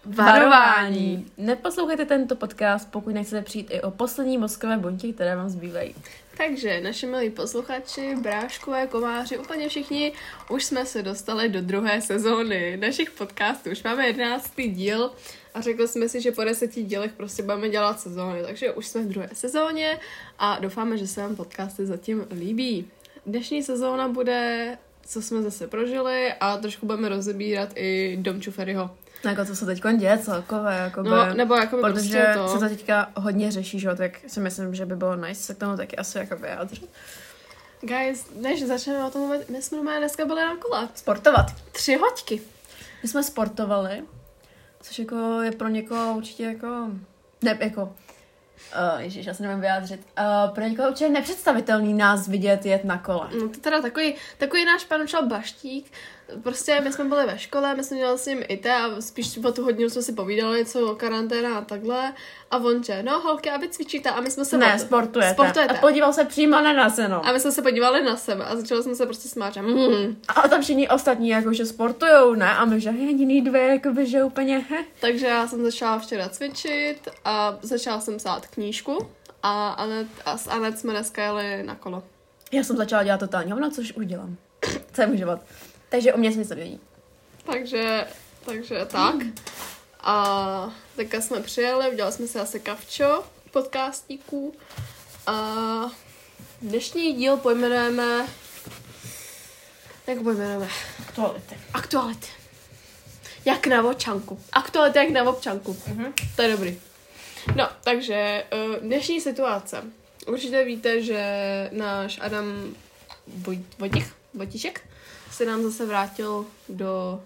Varování! Neposlouchejte tento podcast, pokud nechcete přijít i o poslední mozkové buňky, které vám zbývají. Takže, naši milí posluchači, bráškové, komáři, úplně všichni, už jsme se dostali do 2. sezóny našich podcastů. Už máme 11. díl a řekli jsme si, že po 10 dílech prostě budeme dělat sezóny. Takže už jsme v 2. sezóně a doufáme, že se vám podcasty zatím líbí. Dnešní sezóna bude, co jsme zase prožili, a trošku budeme rozebírat i Dom Čuferyho. Jako co se teďko děje celkové, jakoby, no, nebo jakoby protože prostě to. se to teďka hodně řeší, že? Tak si myslím, že by bylo nice se k tomu taky asi jako vyjádřit. Guys, než začneme o tom mluvit, my jsme dneska byli na kole. Sportovat. 3 hoďky. My jsme sportovali, což jako je pro někoho určitě jako, ne, jako, ježiš, já se nevím vyjádřit, pro někoho určitě nepředstavitelný nás vidět jet na kole. No to teda takový náš panučal Baštík. Prostě my jsme byli ve škole, my jsme dělali s ním IT a spíš po tu hodinu jsme si povídali, co karanténa a takhle. A on že, no holky, a vy cvičíte a my jsme se... Ne, sportujete. A podíval se přímo na nás jenom. A my jsme se podívali na sebe a začali jsme se prostě smát. A tam všichni ostatní jakože sportujou, ne? A my že jediný 2, jakoby, že úplně Takže já jsem začala včera cvičit a začala jsem psát knížku a s Anet jsme dneska jeli na kolo. Já jsem začala dělat totální hovno, což už dělám. Celý život. Takže u mě se nic nemění. Takže tak. A teďka jsme přijeli, udělali jsme si asi kavčo podcastíků. A dnešní díl pojmenujeme... Jak pojmenujeme? Aktuality. Jak na občanku. Aktuality jak na občanku. To je dobrý. No, takže dnešní situace. Určitě víte, že náš Adam Vojtíšek se nám zase vrátil do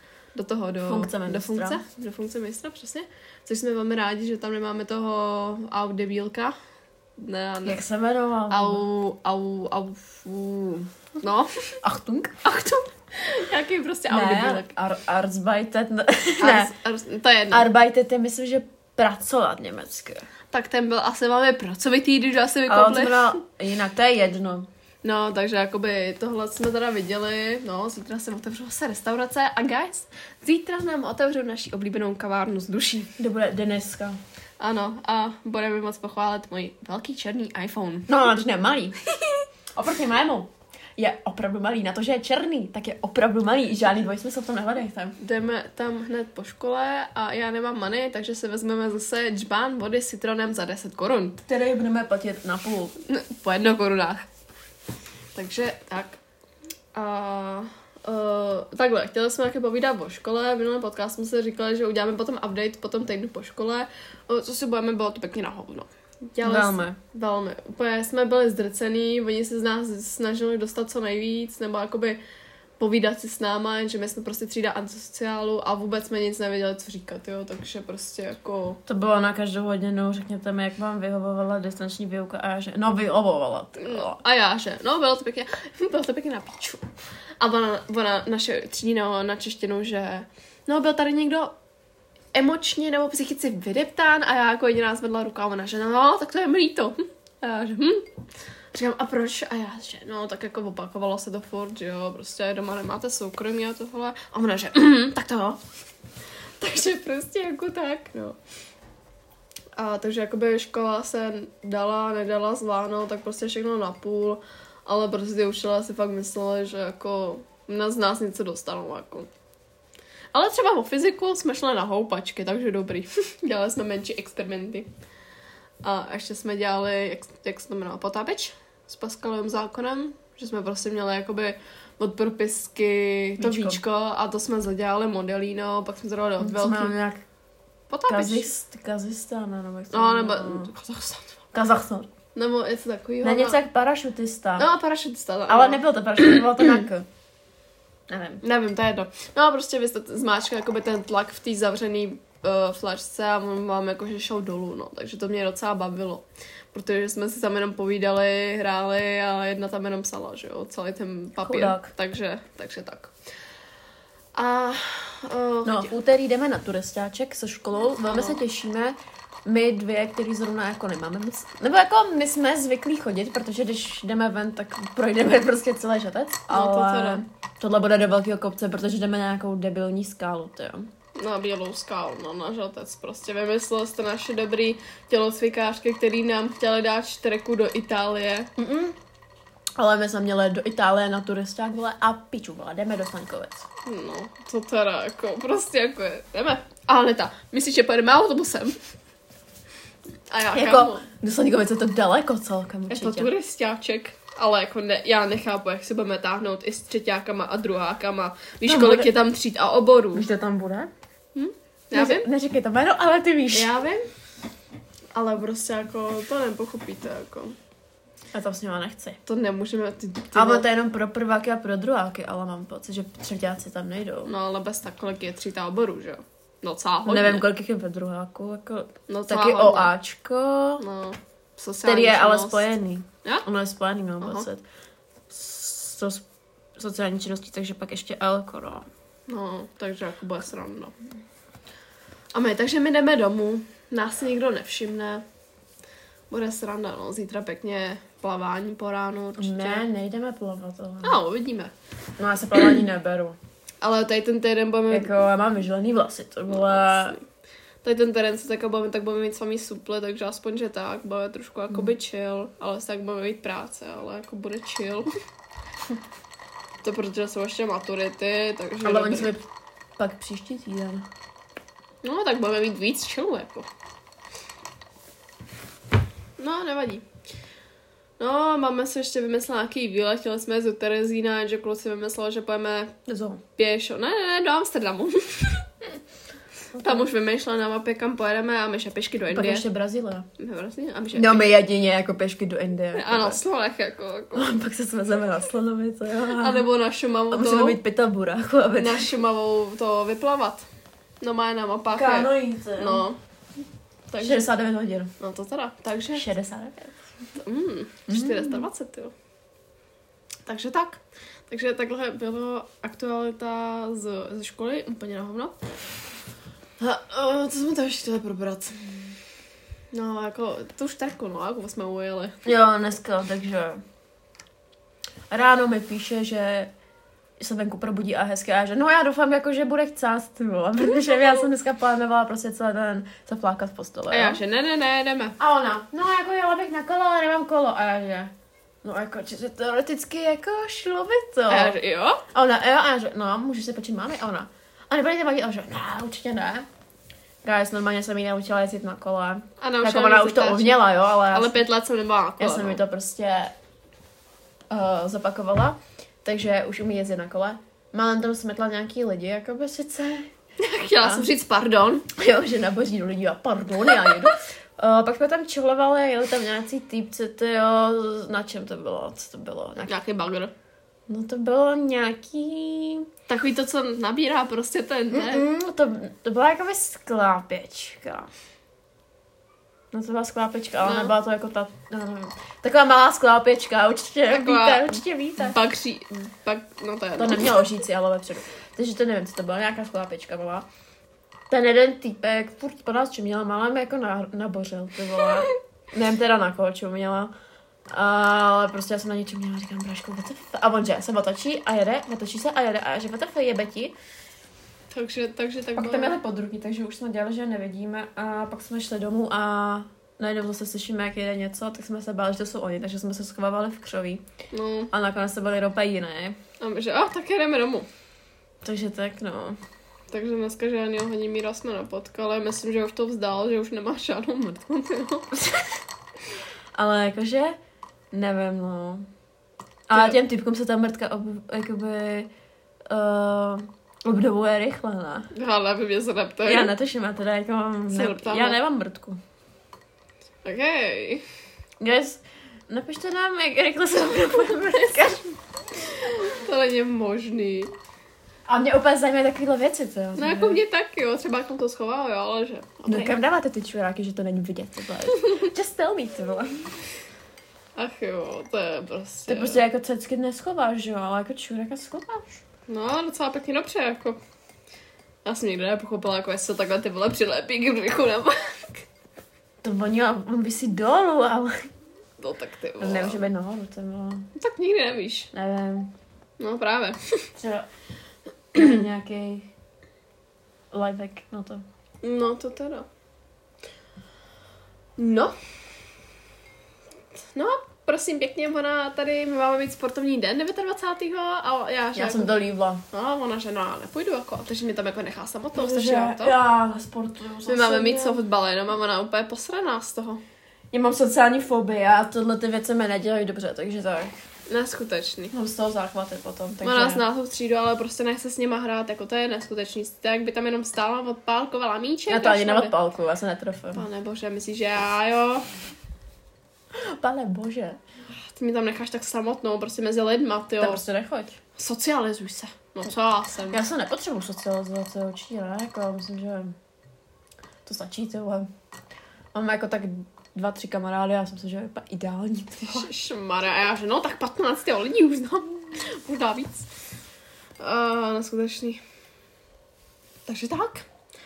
funkce mistra, přesně. Což jsme velmi rádi, že tam nemáme toho debílka. Ne. Jak se jmenoval? No. Achtung. Jaký prostě debílek. Arbeitet. Ne. To je jedno. Arbeitet je, myslím, že pracovat německy. Tak ten byl asi velmi pracovitý, když asi vykopli. Jinak to je jedno. No, takže jakoby tohle jsme teda viděli, no, zítra se otevřou se restaurace a guys, zítra nám otevřou naši oblíbenou kavárnu z duší. To bude dneska. Ano, a budeme moc pochválit můj velký černý iPhone. No, ne, malý. Oproti mému je opravdu malý. Na to, že je černý, tak je opravdu malý. Žádný dvojsmysl v tom nehledejte. Jdeme tam hned po škole a já nemám money, takže si vezmeme zase džbán vody s citronem za 10 korun. Který budeme platit na půl. Po 1 korunách. Takže tak. Takhle, chtěli jsme taky povídat o škole. V minulém podcastu jsme si říkali, že uděláme potom update po tom týdnu po škole. Co si budeme, bylo to pěkně na hovno. Velmi. Úplně jsme byli zdrcený, oni se z nás snažili dostat co nejvíc, nebo jakoby povídat si s náma, že my jsme prostě třída antisociálu a vůbec jsme nic nevěděli, co říkat, jo, takže prostě jako... To bylo na každou hodinu, řekněte mi, jak vám vyhovovala distanční výuka a já že, vyhovovala. A já že, bylo to pěkně na píču. A ona naše třídina na češtinu, že, byl tady někdo emočně nebo psychicky vydeptán a já jako jediná zvedla ruku a ona že, tak to je mi líto. A já že, Říkám, a proč? A já, že tak jako opakovalo se to furt, že jo, prostě doma nemáte soukromí a tohle. A ona, že tak to jo. Takže prostě jako tak, no. A takže jakoby škola se nedala zvládnout, tak prostě všechno napůl, ale prostě učitelé si fakt mysleli, že jako z nás něco dostanou, jako. Ale třeba o fyziku jsme šli na houpačky, takže dobrý. Dělali jsme menší experimenty. A ještě jsme dělali, jak se to jmenuje, potápěč s Pascalovým zákonem, že jsme prostě měli jakoby od propisky to víčko a to jsme zadělali modelíno, pak jsme to dali od velký. Jsme nějak Kazachstán, nebo jak to nebo Kazachstán. Nebo něco takovýho. Ne, něco jak parašutista. No, parašutista. Ale nebyl to parašutista, bylo to tak... Nevím, to je jedno. No a prostě vy jste zmáčkali jakoby ten tlak v té zavřený flašce a on vám jakože šel dolů, no. Takže to mě docela bavilo. Protože jsme si tam jenom povídali, hráli a jedna tam jenom psala, že jo, celý ten papír. Chudák. Takže tak. A... v úterý jdeme na turistáček se školou, velmi se těšíme. My 2, který zrovna jako nemáme moc, nebo jako my jsme zvyklí chodit, protože když jdeme ven, tak projdeme prostě celý Žatec, ale tohle bude do velkého kopce, protože jdeme na nějakou debilní skálu, jo. Na Bílou skálu, no, na Želtec. Prostě vymyslel jste naše dobrý tělocvikářky, který nám chtěli dát štreku do Itálie. Ale my jsme měli do Itálie na turisták, vole, a piču, vole, jdeme do Staňkovic. No, to teda jako, prostě jako je, jdeme. Aneta, myslíš, že pojedeme autobusem? A já jako, do Staňkovic je to daleko celkem určitě. Je to turistáček. Ale jako já nechápu, jak se budeme táhnout i s třeťákama a druhákama. Víš, no, kolik je tam tříd a oborů? Víš, to tam bude? Já vím. Neříkej to jméno, ale ty víš. Já vím. Ale prostě jako to nepochopíte, jako. Já to s nima nechci. To nemůžeme. Ale to je jenom pro prváky a pro druháky, ale mám pocit, že třeťáci tam nejdou. No ale bez tak, kolik je tříd a oborů, že jo? No celá hodně. Nevím, kolik jich je ve druháku, jako no, taky hodně. OAčko, no, který je ale spojený. Ja? Ono je spojený, mám pocit. S sociální činností, takže pak ještě Elko, no. No, takže jako bude sranda. Takže my jdeme domů, nás si nikdo nevšimne. Bude sranda, no, zítra pěkně plavání po ránu určitě. Ne, nejdeme plavat, ale. No, uvidíme. No, já se plavání neberu. Ale tady ten týden budeme... Jako, já mám vyžlený vlasy, to bylo... Tady ten terén, co tak budeme mít samý suple, takže aspoň, že tak, bude trošku jakoby chill, ale tak budeme mít práce, ale jako bude chill. To protože jsou ještě maturity, takže... Ale oni jsou pak příští týden. No, tak budeme mít víc chillu, jako. No, nevadí. No, máme si ještě vymyslet nějaký výlet, chtěli jsme jít do Terezína, že kluci vymyslel, že půjdeme pěšo. Ne, do Amsterdamu. Tam už vymýšlel na mapě, kam pojedeme a my že pěšky do Indie. Pak ještě Brazílie. No, my jedině jako pěšky do Indie. A na slonech, jako. Pak se svezeme na slonovi, co jo. A nebo na Šumavu to... A musíme mít Pitabura. Na Šumavou to vyplavat. No má na mapách. Kanojíce. No. Takže 69 hodin. No to teda, takže... 69. 420, jo. Takže tak. Takže takhle byla aktualita ze školy, úplně na hovno. Co jsme to ještě chtěli probrat? No, jako, to už tako, no, jako jsme ujeli. Jo, dneska, takže... Ráno mi píše, že se venku probudí a hezky a že no já doufám, jako, že bude chcát, protože já jsem dneska plánovala prostě celý den zaplákat v postele. A já, že ne, jdeme. A ona, no jako jela bych na kolo, ale nemám kolo. A já, že no jako, že teoreticky jako šlo by to. A já, že jo? A ona, jo, a já, že no, můžeš se počít mámy? A ona, a nebudete vadit? A že ne, určitě ne. Guys, normálně jsem jí naučila jezdit na kole. A jako ona už to uměla, jo, ale 5 let jsem nebyla na kole. Já jsem mi to prostě zopakovala. Takže už umí jezdit na kole. Málem tam smetla nějaký lidi, jako by sice. Chtěla jsem říct pardon. Jo, že naboří do lidí a pardon, já jedu. Pak jsme tam čilovali, jeli tam nějací týpci, tyjo, na čem to bylo? Co to bylo? Nějaký bagr. No to bylo nějaký... Takový to, co nabírá prostě ten, ne? To byla jakoby sklápěčka. No to byla sklápěčka, ale nebyla to jako ta, taková malá sklápěčka, určitě víte. No to je. To nemělo žíci, ale vepředu. Takže to nevím, co to byla, nějaká sklápěčka malá. Ten jeden týpek furt po nás čuměla, málem jako nabořil, ty vole. Nevím teda na koho čuměla. Ale prostě já jsem na něčem měla, říkám, Bráško, what the fuck? A on že se otočí a jede, otočí se a jede a že what the fuck, jebe ti. Takže tak pak tam jeli podruhý, takže už jsme dělali, že nevidíme a pak jsme šli domů a najednou zase slyšíme, jak jede něco, tak jsme se báli, že to jsou oni, takže jsme se schovávali v křoví. No. A nakonec to byly ropa jiné. A my že, tak jedeme domů. Takže tak, no. Takže dneska žádnýho Honimíra jsme nepotkali, myslím, že už to vzdál, že už nemá žádnou mrtvu, Ale jakože, nevím, no. A těm typkům se ta mrtka jakoby... obdobuje rychle, ne? Ale vy mě se neptají. Já netuším, já teda jako já nemám mrtku. Okay. Guys, napište nám, jak rychle se obdobuje mrtka. To není možný. A mě úplně zajímají takovéhle věci, co jo? No jako mě taky, jo, třeba jak to schová, jo, ale že... No kam dáváte ty čuráky, že to není vidět, to bylo. Just tell me, to bylo. Ach jo, to je prostě... To prostě jako cecky neschováš, jo, ale jako čuráka schováš. No, docela pěkně dobře, jako. Já jsem nikdy nepochopila, jako jestli to takhle ty vole přilepí k břichu nebo... To on visí dolů, ale... No tak ty vole. Nemůže být nahoru, to bylo... Tak nikdy nevíš. Nevím. No právě. Třeba nějaký... Livehack, no to. No, to teda. No. No, prosím pěkně, ona tady, my máme mít sportovní den 29. a já Já jsem to líbila. No, ona, že no, já nepůjdu jako, takže mě tam jako nechá samotnou, stačí Že vám to. já sportuju zase. My máme mít softball, jenom a ona úplně posraná z toho. Já mám sociální fobii a tohle ty věci mi nedělají dobře, takže tak. Neskutečný. Mám z toho záchvaty potom, takže... Ona zná tu třídu, ale prostě nechce s nima hrát, jako to je neskutečný. Tak by tam jenom stála, odpálkovala míček. Já to ani neodpálkuju, já se netrefím. Pane bože, myslíš, že já jo? Pane bože. Ty mi tam necháš tak samotnou, prostě mezi lidma, tyjo. Tak prostě nechoď. Socializuj se. No co já jsem? Já se nepotřebuji socializace, určitě ne, jako myslím, že to stačí, ty vole. Mám jako tak 2-3 kamarády, já jsem si, že je úplně ideální. Šmara, a já že no, tak 15 lidí už znám. Možná víc. Neskutečný. Takže tak.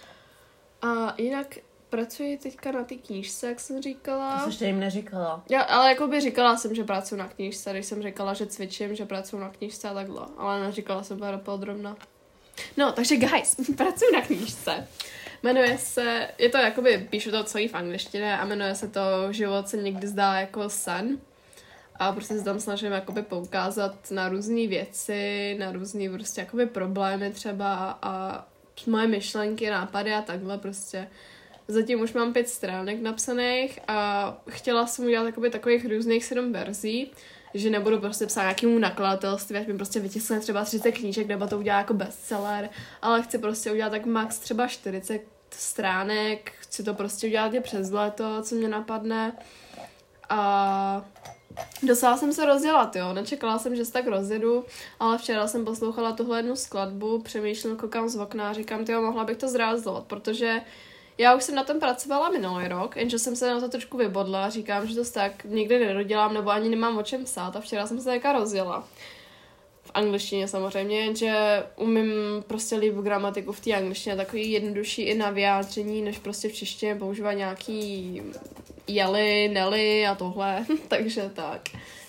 A jinak pracuji teďka na té knížce, jak jsem říkala. To ještě jim neříkala. Já, ale jako by říkala jsem, že pracuji na knížce, když jsem říkala, že cvičím, že pracuji na knížce a takhle. Ale neříkala jsem to podrobna. No, takže guys, pracuji na knížce. Jmenuje se, je to jakoby, píšu to celý v angličtině a jmenuje se to Život se někdy zdá jako sen. A prostě se tam snažím jakoby poukázat na různé věci, na různé prostě jakoby problémy třeba a moje myšlenky, nápady a takhle prostě. Zatím už mám 5 stránek napsaných a chtěla jsem udělat jakoby takových různých 7 verzí, že nebudu prostě psát nějakému nakladatelství, ať mi prostě vytiskne třeba 30 knížek, nebo to udělá jako bestseller, ale chci prostě udělat tak max třeba 40 stránek, chci to prostě udělat i přes léto, co mě napadne a docela jsem se rozjela, jo, nečekala jsem, že se tak rozjedu, ale včera jsem poslouchala tuhle jednu skladbu, přemýšlím, koukám z okna a říkám, tyjo, mohla bych to zrealizovat, protože já už jsem na tom pracovala minulý rok, jenže jsem se na to trošku vybodla a říkám, že to tak nikdy nedodělám, nebo ani nemám o čem psát a včera jsem se taká rozjela. V angličtině samozřejmě, jenže umím prostě líp gramatiku v té angličtině, takový jednodušší i na vyjádření, než prostě v češtině používat nějaký jeli, neli a tohle, takže tak.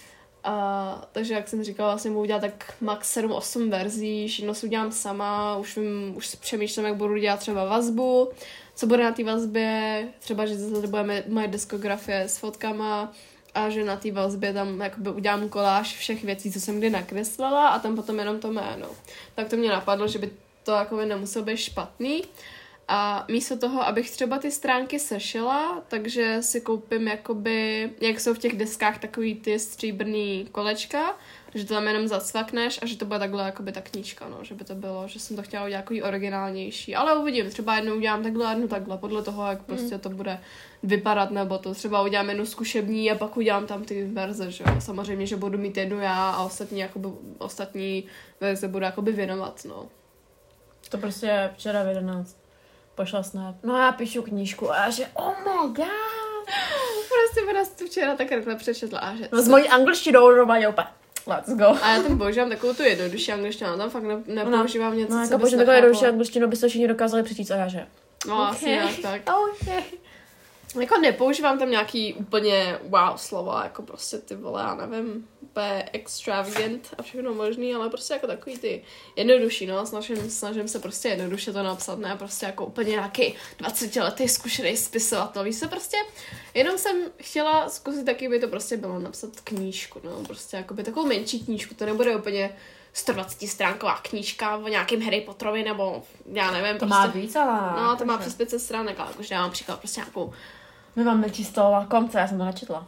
Takže jak jsem říkala, vlastně budu dělat tak max 7-8 verzí, všechno si udělám sama, už přemýšlím, jak budu dělat třeba vazbu, co bude na té vazbě, třeba, že zase bude moje diskografie s fotkama a že na té vazbě tam jakoby udělám koláž všech věcí, co jsem kdy nakreslila a tam potom jenom to jméno. Tak to mě napadlo, že by to jakoby nemuselo být špatný. A místo toho, abych třeba ty stránky sešila, takže si koupím jakoby, jak jsou v těch deskách takový ty stříbrný kolečka, že to tam jenom zacvakneš a že to bude takhle jakoby ta knížka, no, že by to bylo, že jsem to chtěla udělat takový originálnější, ale uvidím, třeba jednou udělám takhle, jednou takhle, podle toho, jak prostě to bude vypadat, nebo to třeba udělám jednu zkušební a pak udělám tam ty verze, že jo, samozřejmě, že budu mít jednu já a ostatní verze budu jakoby věnovat, no. To prostě včera v 11 pošla snap. No já píšu knížku a já že oh my god. Prostě ona to včera tak rychle přečetla a že... No s mojí angličtinou normálně úplně let's go. A já tam používám takovou tu jednodušší angličtinu, tam fakt nepoužívám něco, no, co jako bys takovou jednodušší nechápala. angličtinu by se všichni dokázali přečíst a já že No asi nějak tak. Okay. Jako nepoužívám tam nějaký úplně wow slova, jako prostě ty vole, já nevím, úplně extravagant a všechno možný, ale prostě jako takový ty jednodušší, no, snažím se prostě jednoduše to napsat, ne prostě jako úplně nějaký 20letý zkušený spisovatel, víš se prostě, jenom jsem chtěla zkusit taky, by to prostě bylo napsat knížku, no, prostě jako by takovou menší knížku, to nebude úplně 120stránková knížka o nějakém Harry Potterovi, nebo já nevím, to prostě. má víc, ale... No, to má přes 500 stránek, ale jakože dávám příklad prostě nějakou. My máme čistou konce, já jsem to nečetla.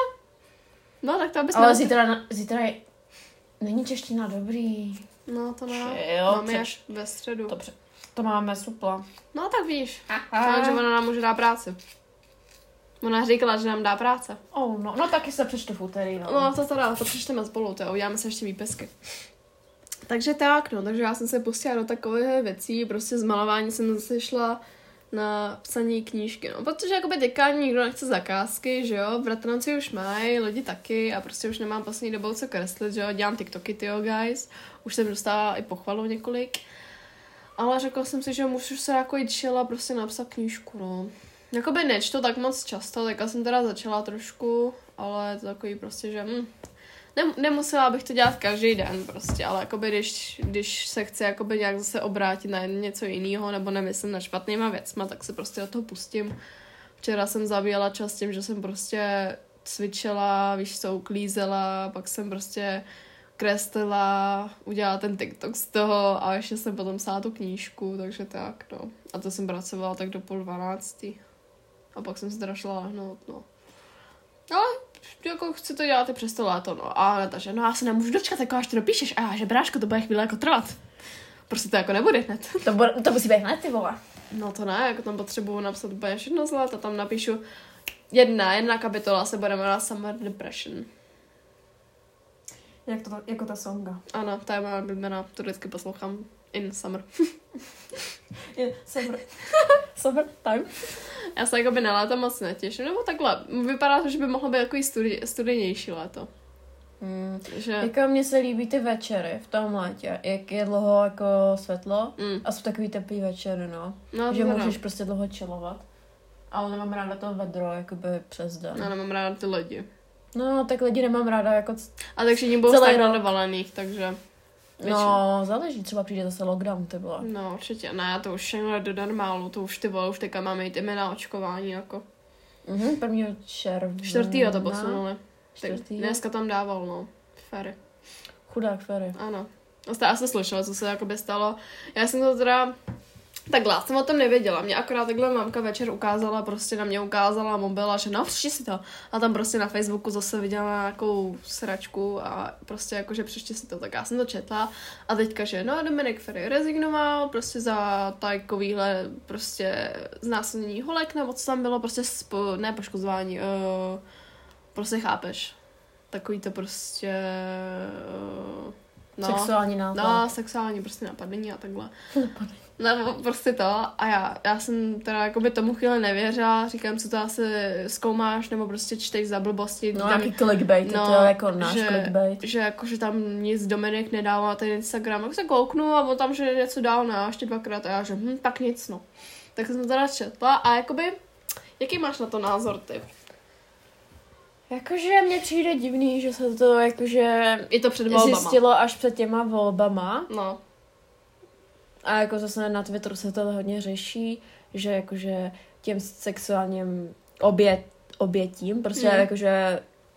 No, tak to abys... Ale zítra je... Není čeština dobrý. No, to ne. Jo, máme až ve středu. Dobře. To máme supla. No, tak víš. Takže ona nám může dát práci. Ona říkala, že nám dá práce. No taky se přečtu v úterý, no. No, to teda, to přečteme spolu, to uděláme se ještě výpisky. Takže tak, no, takže já jsem se pustila do takové věcí, prostě z malování jsem zase šla na psaní knížky, no, protože jakoby teďka nikdo nechce zakázky, že jo, bratranci už mají, lidi taky a prostě už nemám poslední dobou co kreslit, že jo, dělám TikToky, tyjo, guys, už jsem dostala i pochvalu několik, ale řekla jsem si, že můžu se jako jít šila prostě napsat knížku, no. Jakoby nečtu tak moc často, teďka jsem teda začala trošku, ale je to takový prostě, že nemusela bych to dělat každý den prostě, ale jakoby když se chci jakoby nějak zase obrátit na něco jiného, nebo nemyslím na špatnýma věcma, tak se prostě do toho pustím. Včera jsem zabíjela čas tím, že jsem prostě cvičila, víš co, uklízela, pak jsem prostě kreslila, udělala ten TikTok z toho a ještě jsem potom psala tu knížku, takže tak, no. A to jsem pracovala tak do 11:30. A pak jsem se teda šla lehnout, no. Ale jako chci to dělat i přes to léto, no. A Aneta, že no já se nemůžu dočkat, jako až to dopíšeš. A já, že bráško, to bude chvíli jako trvat. Prostě to jako nebude hned. To musí být hned, ty vole. No to ne, jako tam potřebuju napsat úplně všechno z léta, tam napíšu jedna kapitola se bude jmenovat Summer Depression. Jako ta songa. Ano, to je moje oblíbená, to vždycky poslouchám in summer. Summer time. Já se jakoby na léto moc netěším, nebo takhle, vypadá to, že by mohlo být takový studenější léto. Že... Jako mně se líbí ty večery v tom létě, jak je dlouho jako světlo a jsou takový teplý večery, no že můžeš prostě dlouho chillovat. Ale nemám ráda to vedro, jakoby přes den. Já nemám ráda ty lidi. No, tak lidi nemám ráda jako... A tak všichni budou tak na dovolených, takže... No, záleží, třeba přijde zase lockdown, ty vole. No, určitě, ne, to už všechno do normálu, to už ty vole, už teďka máme jít na očkování, jako. 1. června. 4. to posunuli. Dneska tam dával, no, Ferry. Chudák Ferry. Ano. Já jsem slyšela, co se jakoby stalo. Já jsem to teda... Takhle, jsem o tom nevěděla. Mě akorát takhle mamka večer ukázala, prostě na mě ukázala mobil a že no, přečti si to. A tam prostě na Facebooku zase viděla nějakou sračku a prostě jakože přečti si to. Tak já jsem to četla a teďka, že no, Dominik Ferry rezignoval prostě za takovýhle prostě znásilnění holek, nebo co tam bylo, prostě ne poškozování, prostě chápeš. Takový to prostě... No, sexuální nápad. No, sexuální prostě napadení a takhle. No, prostě to. A já jsem teda jakoby tomu chvíli nevěřila. Říkám, co to asi zkoumáš, nebo prostě čteš za blbosti. No, nějaký clickbait, no, to je jako náš clickbait. Že jakože tam nic Dominik nedával na ten Instagram. Tak se kouknu a on tam, že něco dál na ještě 2krát a já, že tak nic, no. Tak jsem to teda četla a jakoby, jaký máš na to názor ty? Jakože mně přijde divný, že se to jakože je to před volbama. Zjistilo až před těma volbama. No. A jako zase na Twitteru se to hodně řeší, že jakože těm sexuálním obětím, prostě jakože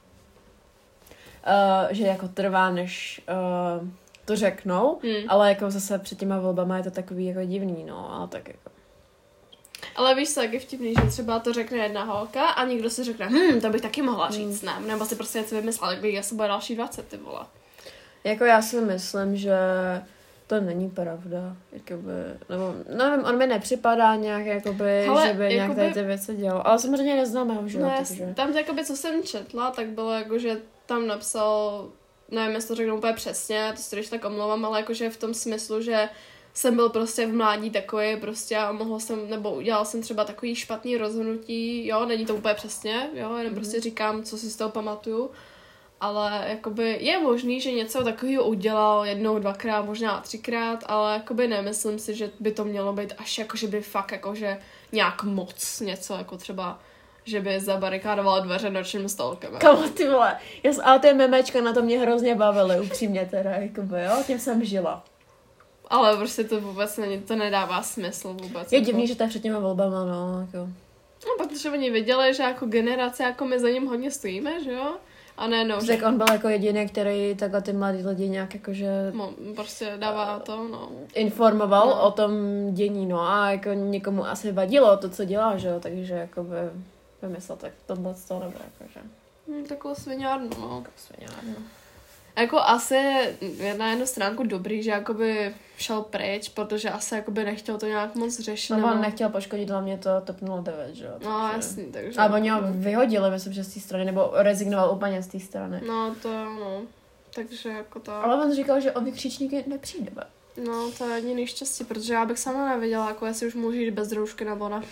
že jako trvá, než to řeknou, ale jako zase před těma volbama je to takový jako divný, no, ale tak jako. Ale víš co, jak je vtipný, že třeba to řekne jedna holka a někdo si řekne, to bych taky mohla říct, ne? Nebo si prostě něco vymyslela, tak bych asi bude další 20, ty vole. Jako já si myslím, že to není pravda, jakoby, nebo, nevím, on mi nepřipadá nějak, jakoby, že by nějak tady ty věci dělal, ale samozřejmě neznáme ho, že jo, takže. Tam jakoby, co jsem četla, tak bylo jako, že tam napsal, nevím, jestli to řeknu úplně přesně, to si když tak omlouvám, ale jakože v tom smyslu, že jsem byl prostě v mládí takový prostě a mohl jsem, nebo udělal jsem třeba takový špatný rozhodnutí, jo, není to úplně přesně, jo, jenom prostě říkám, co si z toho pamatuju, ale jakoby je možný, že něco takového udělal 1, 2krát, možná 3krát, ale jakoby nemyslím si, že by to mělo být až jako, že by fakt jakože nějak moc něco, jako třeba že by zabarikádovala dveře nočním stolkem. Kamo, ty vole, ale ty memečka na to mě hrozně bavily, upřímně teda, jakoby, jo, tím jsem žila. Ale prostě to vůbec není, to nedává smysl vůbec. Je divný, že to je před těma volbama, no, jako. No, protože oni viděli, že jako generace, jako my za ním hodně stojíme, že jo? A ne, no. Tak on byl jako jediný, který takhle ty mladý lidi nějak jakože... No, prostě dává to, no. Informoval o tom dění, no a jako někomu asi vadilo to, co dělá, že jo, takže jakoby vymyslel tak tohle z toho, nebo jakože... Takovou sviňárnu, no. Sviňárnu. Jako asi je na jednu stránku dobrý, že jakoby šel pryč, protože asi jakoby nechtěl to nějak moc řešit. No, on nechtěl poškodit hlavně to TOP 09, že jo. No, jasný, takže... A oni ho vyhodili, myslím, že z té strany, nebo rezignoval úplně z té strany. No, to no. Takže jako to... Ale on říkal, že o vykřičníky nepřijde. No, to je jediný štěstí, protože já bych sama nevěděla, jako jestli už můžu jít bez roušky nebo ne.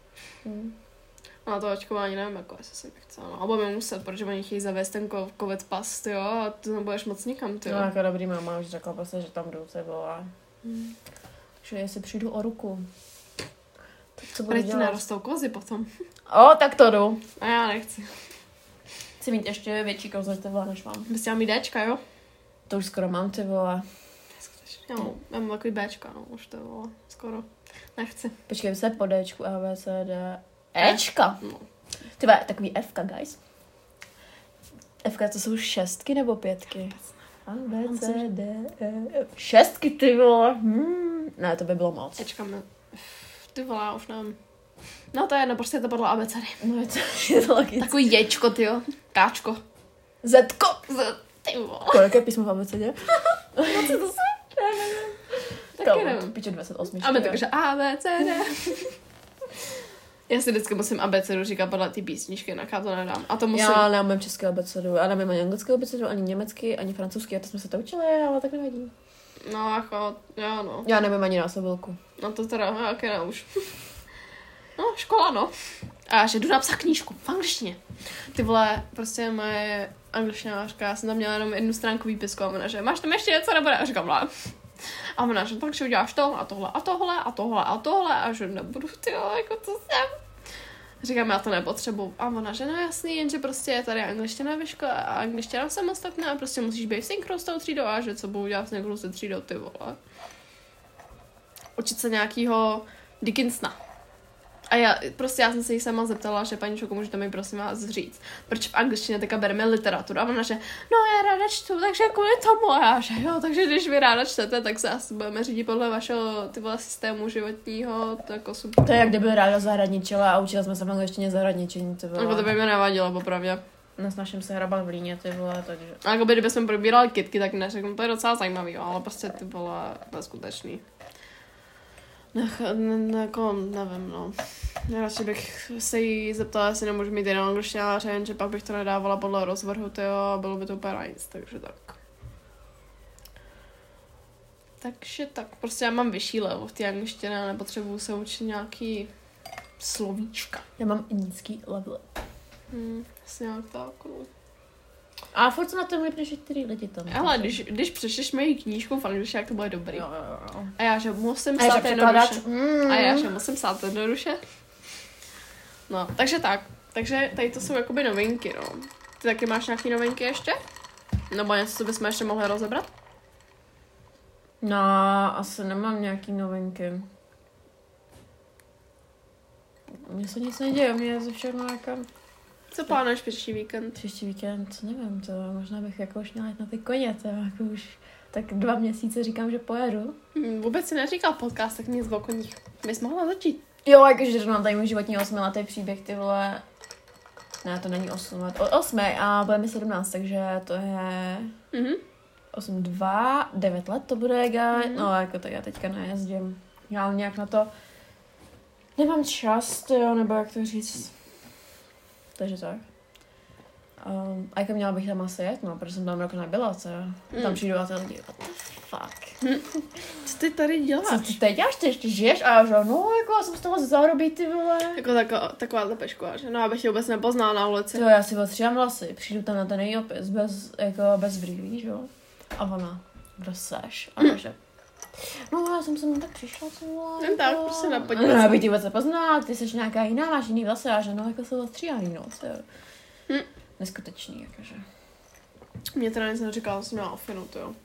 No to očkování nevím, jako jestli jsem chtěla, no. Alebo mi muset, protože oni chtějí zavést ten covid pas, jo, a to nebudeš moc nikam, ty jo. No, jako dobrý máma už řekla prostě, že tam jdu, se byla. Takže jestli přijdu o ruku. Tak co budu dělat? Narostou kozy potom. O, tak to jdu. A já nechci. Chci mít ještě větší kouzle, ty vole, než mám. Bys chtěla mít Dčka, jo? To už skoro mám, ty vole. Já mám takový Bčka, no, už to bylo skoro. Nechci. Počkej, se po Dčku, A, B, C, D, Ečka. No. Ty vole, takový Fka, guys. Fka, to jsou 6 nebo 5? A, B, C, D, E, F. 6, ty vole. Ne, to by bylo moc. Ečka mě... Ty vole, já už nevím. No to je jedno, prostě je to podle abecedy. No je to logické. Takový Jčko, tyjo. Káčko. Zetko. Ty vole. Kolik je písmo v abecedě? No co to se? Taky nevím. Piče 28. A my takže A, B, C, D. Já si vždycky musím abecedu říkat podle ty písničky, jinak já to nedám. A to musím... Já neumím české abecedu, já nevím ani anglické abecedu, ani německy, ani francouzský, a to jsme se to učili, ale tak nevadí. No jako, jo no. Já nevím ani násobilku. No to teda, jaké ne už. No, škola, no. A že jdu napsat knížku v angličtině. Ty vole, prostě moje angličtinářka, já jsem tam měla jenom jednu stránku výpisku a ona, že máš tam ještě něco nebo ne? A říkám, ne. A ona, že takže uděláš to a tohle a tohle a tohle a tohle a že nebudu, tyjo, jako co jsem. Říkám, já to nepotřebuji. A ona, že no jasný, jenže prostě je tady angličtina ve škole a angličtina samostatná a prostě musíš být synchro s tou třídou a že co budu dělat synchro se třídou, ty vole. Učit se nějakýho Dickinsona. A já jsem se jí sama zeptala, že paní Čoko, můžete mi prosím vás říct, proč v angličtině teďka bereme literaturu. A ona, že no já ráda čtu, takže kvůli tomu. A já, že jo, takže když vy ráda čtete, tak se asi budeme řídit podle vašeho tyhle systému životního, jako super. To je jak kdyby ráda zahradničila a učila jsme se v angličtině zahradničení, ty vole. Jako to by mě nevadilo, popravdě. Na našem se hrabal v Líně, ty vole, takže... A jako by kdybychom probírali kytky, tak neřeknu, to je docela zajímavý, jo, ale prostě ty vole neskutečný. Jako, nevím, no. Radši bych se jí zeptala, jestli nemůžu mít jenom angličtináře, že pak bych to nedávala podle rozvrhu, tyjo, a bylo by to úplně nic, takže tak. Takže tak, prostě já mám vyšší level v té angličtině a nepotřebuju se učit nějaký slovíčka. Já mám nízký level. Asi nějak tak, no. A furt se na tom líp, než některý lidi tam. Ale když přečteš moji knížku v angličtině, jak to bude dobrý. Jo. A já, že musím psát jednoduše. A já, že musím psát jednoduše. No, takže tak. Takže tady to jsou jakoby novinky, no. Ty taky máš nějaký novinky ještě? Nebo něco, co bychom ještě mohli rozebrat? No, asi nemám nějaký novinky. Mně se nic neděje, mě je ze všechno jako... Co plánuješ příští víkend? Příští víkend, nevím, to možná bych jako už měla jít na ty koně, to jako už tak 2 měsíce říkám, že pojedu. Vůbec si neříkal podcast, tak nic o koních. Bys mohla začít. Jo, jakože mám tady můj životní 8letý příběh, ty vole. Ne, to není 8 let, 8 a bude mi 17, takže to je 8, 2, 9 let to bude, no jako tak já teďka nejezdím. Já nějak na to nemám čas, jo, nebo jak to říct. Takže tak. A jako měla bych tam asi jet, no, protože jsem tam rok nebyla, co? Tam přijdu a ty lidi, what the fuck. Co ty tady děláš? Co ty teď děláš, ty ještě žiješ? A já že no, jako já jsem z toho zarobí, ty vole. Jako taková lepešková, že? No, abych tě vůbec nepoznala na ulici. Jo, já si odstříhám vlasy, přijdu tam na ten její opis, bez brýlí, jo? A ona, kdo seš? A že no, já jsem sem tak přišla, co vole. Jen tak, prostě na podívat. No, aby ti vůbec nepoznala, ty jsi nějaká jiná, máš jiný vlasy, a že no, jako se odstříhaný, no, co jo. Neskutečný, jakože. Mě teda nic neříkala, jsem měla ofinu, to jo.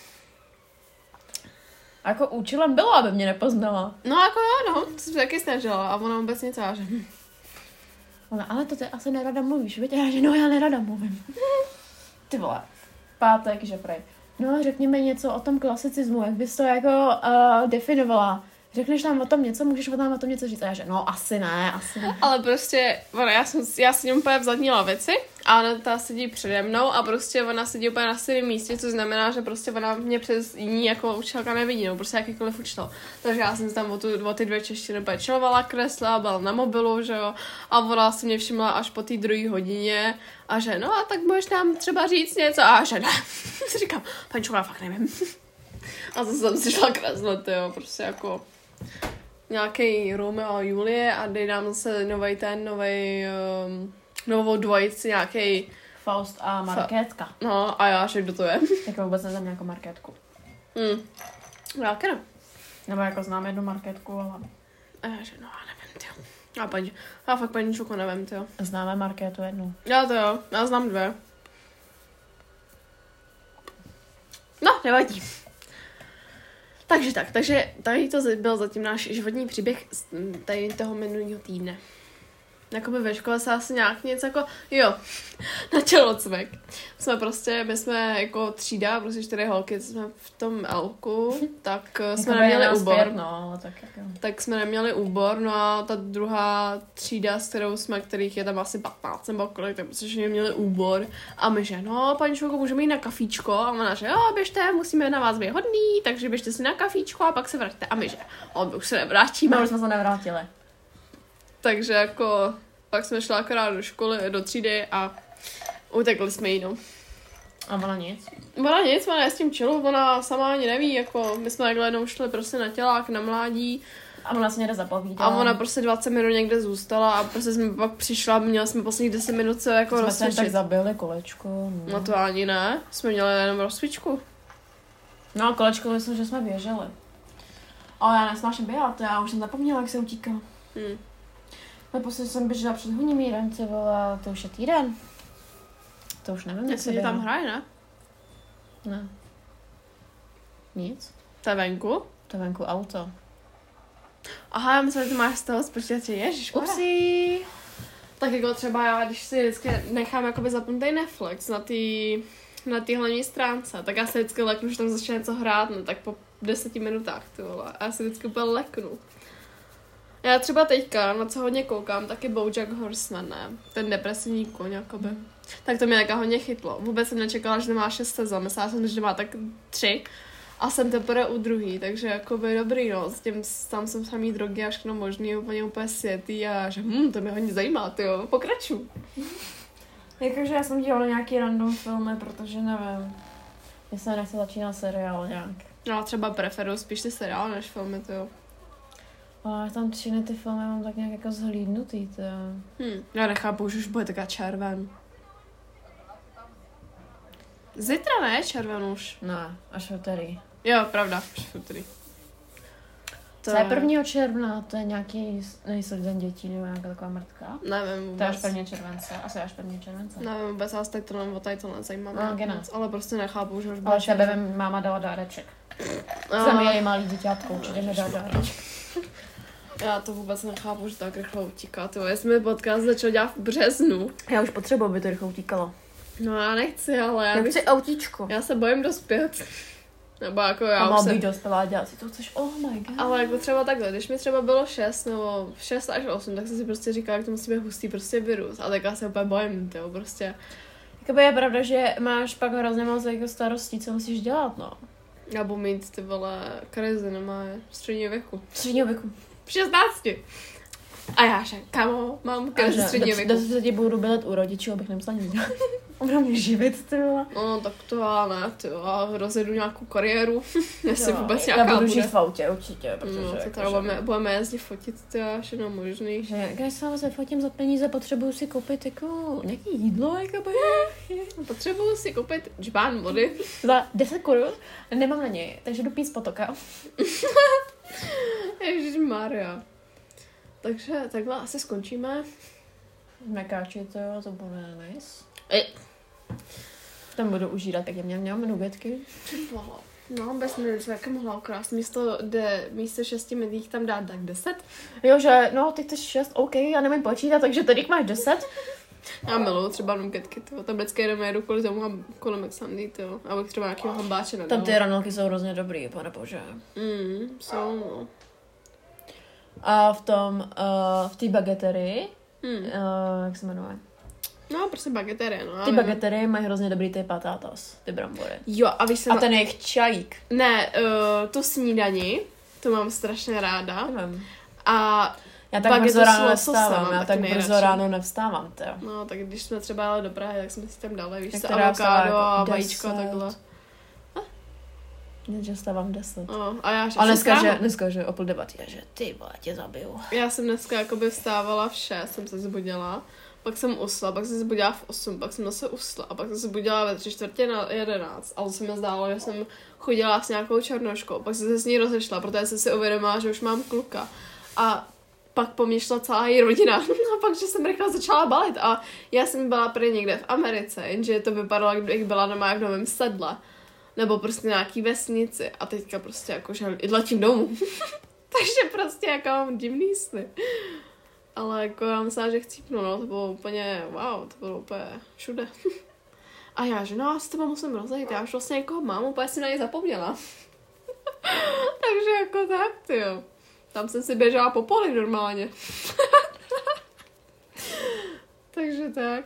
A jako účelem bylo, aby mě nepoznala. No jako jo, no, to jsem taky snažila a ona vůbec nic že. Ona, ale to ty asi nerada mluvíš, víte? Já že no, já nerada mluvím. Ty vole, pátek, že prej. No, řekni mi něco o tom klasicismu, jak bys to jako definovala. Řekneš nám o tom něco, můžeš nám o tom něco říct. A já že, no, asi ne. Ale prostě, já sedím úplně v zadní lavici a ona ta sedí přede mnou a prostě ona sedí úplně na stejném místě, což znamená, že prostě ona mě přes jiní jako učitelka nevidí, no prostě jakýkoliv učitel. Takže já jsem tam o ty 2 češtiny pečovala, kresla, byla na mobilu, že jo, a ona si mě všimla až po té 2. hodině a že, no a tak můžeš nám třeba říct něco a že ne. Říkám, paní Čokola, fakt nevím. A zase jsem si šla kreslet, jo, prostě jako... nějaký Romeo a Julie a dej nám zase novou dvojici, nějaký Faust a Markétka. No a já, že kdo to je? Jako vůbec neznám nějakou Markétku. Já ne. Nebo jako znám jednu Markétku, ale... A já, že no, já nevím, tyjo. Já fakt paníčku nevím, tyjo. Známe Markétu jednu. Já to jo, já znám 2. No, nevadí. Takže tady to byl zatím náš životní příběh z tady toho minulého týdne. Jakoby ve škole se asi nějak něco jako, na tělocvik. My jsme jako třída, prostě 4 holky, jsme v tom Lku, tak jsme neměli úbor. Zpět, no, ale tak jako. Tak jsme neměli úbor, no a ta druhá třída, s kterou jsme, kterých je tam asi 15 nebo kolik, tak prostě neměli úbor. A my že, no, paní Šulko, můžeme jít na kafíčko? A ona že, jo, běžte, musíme na vás být hodný, takže běžte si na kafíčko a pak se vraťte. A my že, už se nevrátíme. No, už jsme se nevrátili. Takže jako pak jsme šli akorát do školy, do třídy a utekli jsme jí, no. A ona nic? Ona je s tím chillu, ona sama ani neví, jako my jsme takhle jenom šli prostě na tělák, na mládí. A ona se někde zapovídala. A ona prostě 20 minut někde zůstala a prostě jsme pak přišla, měli jsme posledních 10 minut se jako rozcvičit. Jsme tak zabili kolečko. No to ani ne, jsme měli jenom rozcvičku. No a kolečko myslím, že jsme běželi. Ale já nesnáším běhat, já už jsem zapomněla, jak se utíkal. Naposledy jsem běžela před Honimírem, ty vole, to už je týden. To už nevím, jak se běhá. Tam hraje, ne? Ne. Nic. To je venku? To je venku auto. Aha, já myslím, že to máš z toho z počítače, ježiš. Upsi. Tak jako třeba já, když si vždycky nechám jakoby zapnutý Netflix na té hlavní stránce, tak já se vždycky leknu, že tam začne něco hrát, no tak po 10 minutách, ty vole. A já si vždycky úplně leknu. Já třeba teďka, na co hodně koukám, taky BoJack Horseman, ne? Ten depresivní koň, jakoby. Tak to mě taká hodně chytlo. Vůbec jsem nečekala, že má 6 sezon, myslela jsem, že má tak 3. A jsem teprve u druhý, takže jakoby dobrý, no. S tím, tam jsem samý drogy a všechno možný, úplně světý a že to mě hodně zajímá, tyjo, pokračuju. Jakože já jsem dělala nějaký random filmy, protože nevím. Mně se nechce začínat seriál nějak. Já třeba preferuju spíš ty seriály než filmy, tyjo. Ale tam všechny ty filmy mám tak nějak jako zhlídnutý, tyjo. Já nechápu, že už bude taká červen. Zítra ne, červen už. Ne, až v úterý. Jo, pravda, až v úterý. Co je 1. června? To je nějaký nejsou den dětí nebo nějaká taková mrtka? Nevím vůbec. To je až 1. července. Asi až 1. července. Nevím vůbec, já se tak to o tady to nezajímám. No, ale prostě nechápu, že už bude ale tebe mi máma dala dáreček. Jsem její malý děťátko, určitě mi dá dáreček. Já to vůbec nechápu, že tak rychle utíká. Já jsem mi podcast začal dělat v březnu. Já už potřebuji, aby to rychle utíkalo. No já nechci, ale já chci autíčko. Já se bojím dospět. Nebo jako já a už jsem... být dospělá a dělat si to chceš, oh my god. Ale jako třeba takhle, když mi třeba bylo 6 nebo 6 až 8, tak jsem si prostě říkala, jak to musí být hustý prostě virus. A tak já se úplně bojím, tyjo, prostě. Jakoby je pravda, že máš pak hrozně moc jako starostí, co musíš dělat, no. Já budu mít ty vole krizi, nemá středního věku. Středního věku. V 16. A já že, kamo, mám krizi středního věku. Do se budu bydlet u rodičů, abych nemusela nic dělat. Budou mě živit, ty vole. No, tak to já ne, ty já rozjedu nějakou kariéru, jestli vůbec nějaká bude. Já budu bude. žít v autě, určitě, protože... No, to teda budeme jezdit fotit, ty a všechno možný. Že když se vám fotím za peníze, potřebuju si koupit jako nějaký jídlo, jakoby. Potřebuju si koupit džbán vody. Za 10 korun, nemám na něj, takže jdu pít z potoka. Ježišmarja. Takže takhle asi skončíme. Mekáči to bude nice. Tam budu užírat, tak měm nugetky. No, bez nugetky, jaké mohla ukrást. Místo 6 midlích tam dát tak 10. Jo, že, no, ty chceš 6, OK, já nevím počítat, takže tady máš 10. Já miluju třeba nugetky, tam vždycky jenom jedu kvůli tomu kolem Alexandry, abych třeba nějakého hambáče nedal. Tam ty ranolky jsou hrozně dobrý, pane bože. Jsou, no. A v té bageterii, jak se jmenuje? No, prostě bageterie, no. Ty bageterie mají hrozně dobrý ty patatas, ty brambory. Jo, a víš se... A ten jejich čajík. Ne, tu snídani, to mám strašně ráda. Nevím. A já tak brzo ráno nevstávám, tyjo. No, tak když jsme třeba jeli do Prahy, tak jsme si tam dali, víš co, avokádo a vajíčko a takhle. Že vstávám 10. A já a dneska, že o 8:30, že ty vole, tě zabiju. Já jsem dneska jakoby vstávala v 6, jsem se zbudila, pak jsem usla, pak jsem se zbudila v 8, pak jsem zase usla a pak jsem se zbudila ve 10:45, ale se mi zdálo, že jsem chodila s nějakou černoškou, pak jsem se s ní rozešla, protože jsem si uvědomila, že už mám kluka. A pak po mně šla celá její rodina. A pak, že jsem rychle začala balit. A já jsem byla prý někde v Americe, jenže to vypadalo, jak byla doma jak v Novém Sedle. Nebo prostě nějaký vesnici. A teďka prostě jako, že letím domů. Takže prostě jako mám divný sny. Ale jako já myslela, že chcípnu, no, to bylo úplně, wow, to bylo úplně všude. A já, že no, já s tebou musím rozejít, já už vlastně někoho mám, úplně jsem na něj zapomněla. Takže jako tak, tyjo. Tam jsem si běžela po poli normálně. Takže tak.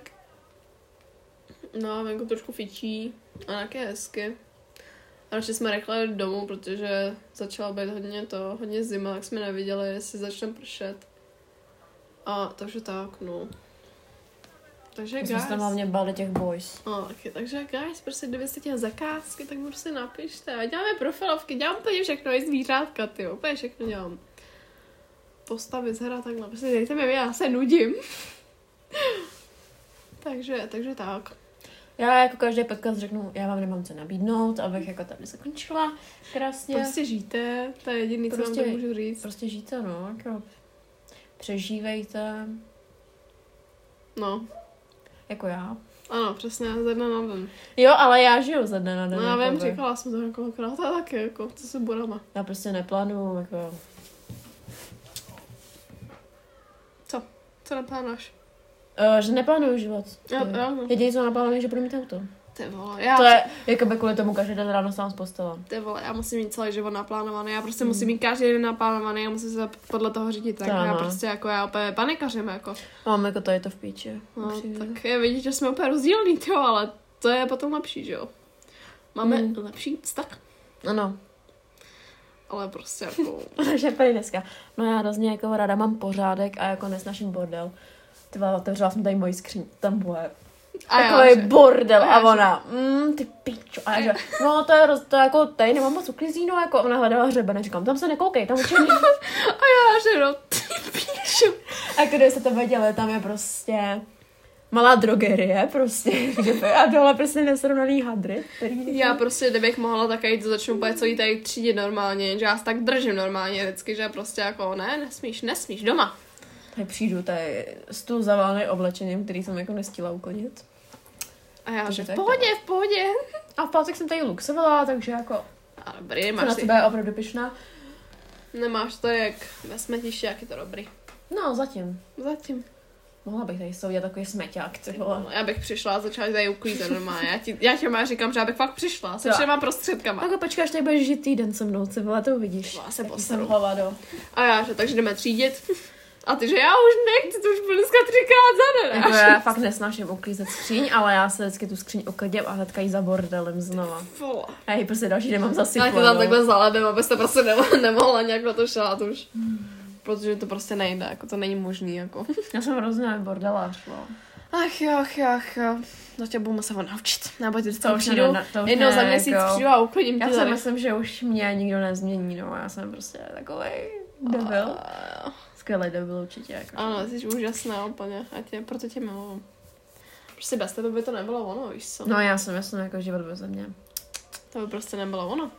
No a venku trošku fičí a nějaké hezky. A radši jsme rychle domů, protože začala být hodně zima, tak jsme neviděli, jestli začne pršet. A takže tak, no. Takže My guys. jsme se tam hlavně báli těch boys. Okay, takže guys, prostě kdybyste chtěli zakázky, tak mi prostě napište. A děláme profilovky, dělám úplně všechno, i zvířátka, ty, úplně všechno dělám. Postavy z hra, takhle, prostě dejte mi, já se nudím. takže tak. Já jako každý podcast řeknu, já vám nemám co nabídnout, abych jako tady zakončila krásně. Prostě žijte, to je jediný, co vám to můžu říct. Prostě žijte, no, jako přežívejte. No. Jako já. Ano, přesně, ze dne na den. Jo, ale já žiju ze dne na den. No já vím, jakoby. říkala jsem to několikrát a taky, jako, co se budeme. Já prostě neplánuju, jako... Co naplánuješ? Že neplánuju život. Jo. Jediné, co naplánuju, že budu mít auto. Ty vole, To je, jakoby kvůli tomu každý den ráno sám z postele. Ty vole, já musím mít celý život naplánovaný, já prostě musím mít každý den naplánovaný a musím se podle toho řídit, tak já prostě jako já úplně panikařím, jako. Mám jako tady to v píči. No, tak je vidět, že jsme úplně rozdílný, jo, ale to je potom lepší, že jo. Máme lepší vztah. Ano. Ale prostě jako... Takže tady dneska. No já hrozně jako ráda mám pořádek a jako nesnaším bordel. Tyva, otevřela jsem tady moji skříň, tam bude takový bordel a ona, ty pičo. A já že, no to je jako tady nemám moc uklízíno, jako ona hledala hřebene, říkám, tam se nekoukej, tam určitě není. A já že no, ty pičo. A když se to věděli, tam je prostě malá drogerie, prostě, a dole prostě nesrovnaný hadry. Já prostě, kdybych mohla, tak jít začnu úplně celý tady třídit normálně, že já se tak držím normálně vždycky, že prostě jako ne, nesmíš doma. Tady přijdu, tady stůl zavalený oblečením, který jsem jako nestihla uklidit. A já, že v pohodě. A v pátek jsem tady luxovala, takže jako... A dobrý, jsem nemáš na si... sebe opravdu pyšná. Nemáš to jak ve smetišti, jak je to dobrý. No, zatím. Mohla bych tady udělat takový smeťák, ty vole. Já bych přišla a začala tady uklízet normálně. Já ti má říkám, že já bych fakt přišla se všema prostředkama. Tak počkej, až tady budeš žít týden se mnou, ty vole, to uvidíš. Já se postaru. A já, že takže jdeme třídit. A ty, že já už nechci, to už bylo dneska 3krát za den. Jako já fakt nesnáším uklízet skříň, ale já se vždycky tu skříň uklidím a hnedka jí za bordelem znova. Já ji prostě další den mám zasyplat. Já to tam takhle zalebím, abyste prostě nemohla nějak na to šát už. Protože to prostě nejde, jako to není možný, jako. Já jsem hrozně bordelář, no. Ach jo. No tě budu muset naučit. Nebo ty to už přijdu, jednou za měsíc přijdu a uklidím tě. Já si myslím, že už mě nikdo nezmění, no. Já jsem prostě takovej debil. Skvělý debil určitě, jako. Ano, jsi úžasná úplně. Proto tě miluju. Prostě bez tebe by to nebylo ono, víš co? No já jsem jako život bez mě. To by prostě nebylo ono.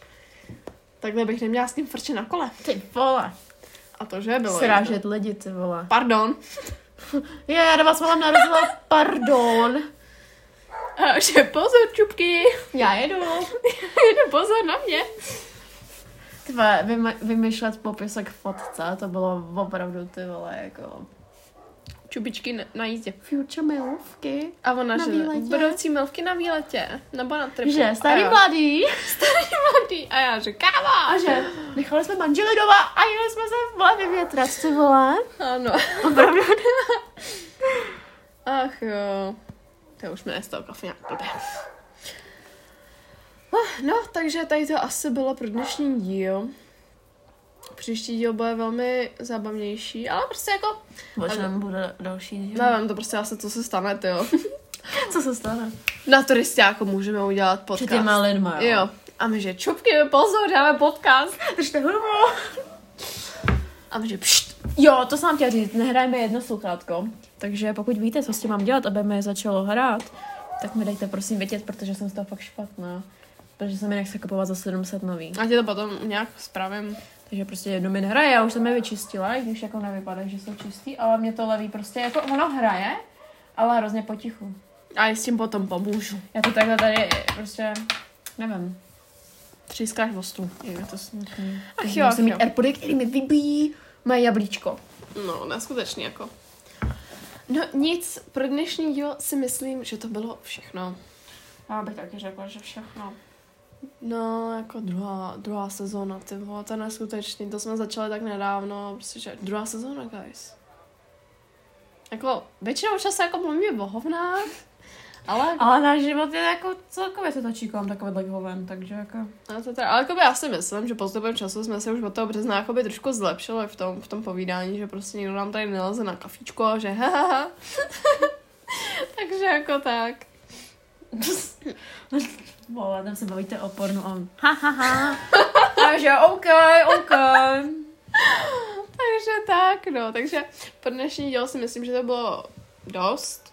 Takhle bych neměla s tím frčet na kole. Ty vole. A to, že bylo. Srážet lidi, ty vole. Pardon. Já do vás mám narazila, pardon. Že pozor, čupky. Já jedu, pozor na mě. Ty vole, vymýšlet popisek fotce, to bylo opravdu, ty vole, jako... Čupičky na jízdě. Future milvky. A ona, na že výletě. Budoucí milvky na výletě. Nebo na tripu. Že, starý mladý. A já, že káva. A že, nechali jsme manželi doma a jeli jsme se vole vyvětrat, ty vole. Ano. Opravdu. Ach jo. To už mi nestal kafe nějak blbě. No, takže tady to asi bylo pro dnešní díl. Příští díl bude velmi zábavnější, ale prostě jako... Možná bude další díl. Nevím, to prostě asi co se stane, tyjo. Co se stane? Na turistiáku můžeme udělat podcast. Před těma lidma, jo. A my, že čupky, pozor, dáme podcast. Držte hudbu. A my, že pšt. Jo, to jsem vám chtěla říct, nehrajeme jedno sluchátko. Takže pokud víte, co s tím mám dělat, aby mi začalo hrát, tak mi dejte prosím vědět, protože jsem z toho fakt špatná. Protože se mi nechce kupovat za 700 nový. A ti to potom nějak spravím. Takže prostě jedno mi nehraje, já už jsem je vyčistila, i když jako nevypadá, že jsou čistý, ale mě to leví prostě, jako ono hraje, ale hrozně potichu. A s tím potom pomůžu. Já to takhle tady prostě, nevím. Třískáš o stůl. Je to smutný. Ach jo, musím mít AirPody, který mi vybíjí moje jablíčko. No, neskutečně jako. No nic, pro dnešní díl si myslím, že to bylo všechno. Já bych taky řekla, že všechno. No, jako druhá sezóna, ty vole, to je neskutečný, to jsme začali tak nedávno, prostě, že druhá sezóna, guys. Jako, většinou času jako mluvíme o hovnách, ale náš život je jako celkově se točí kolem takových hoven, takže jako... No to teda, ale jako já si myslím, že postupem času jsme se už od toho března jakoby trošku zlepšili v tom povídání, že prostě nikdo nám tady neleze na kafíčko a že hahaha. Takže jako tak. Vole, tam se bavíte o pornu a on hahaha. Takže OK. Takže tak, no. Takže pro dnešní díl si myslím, že to bylo dost.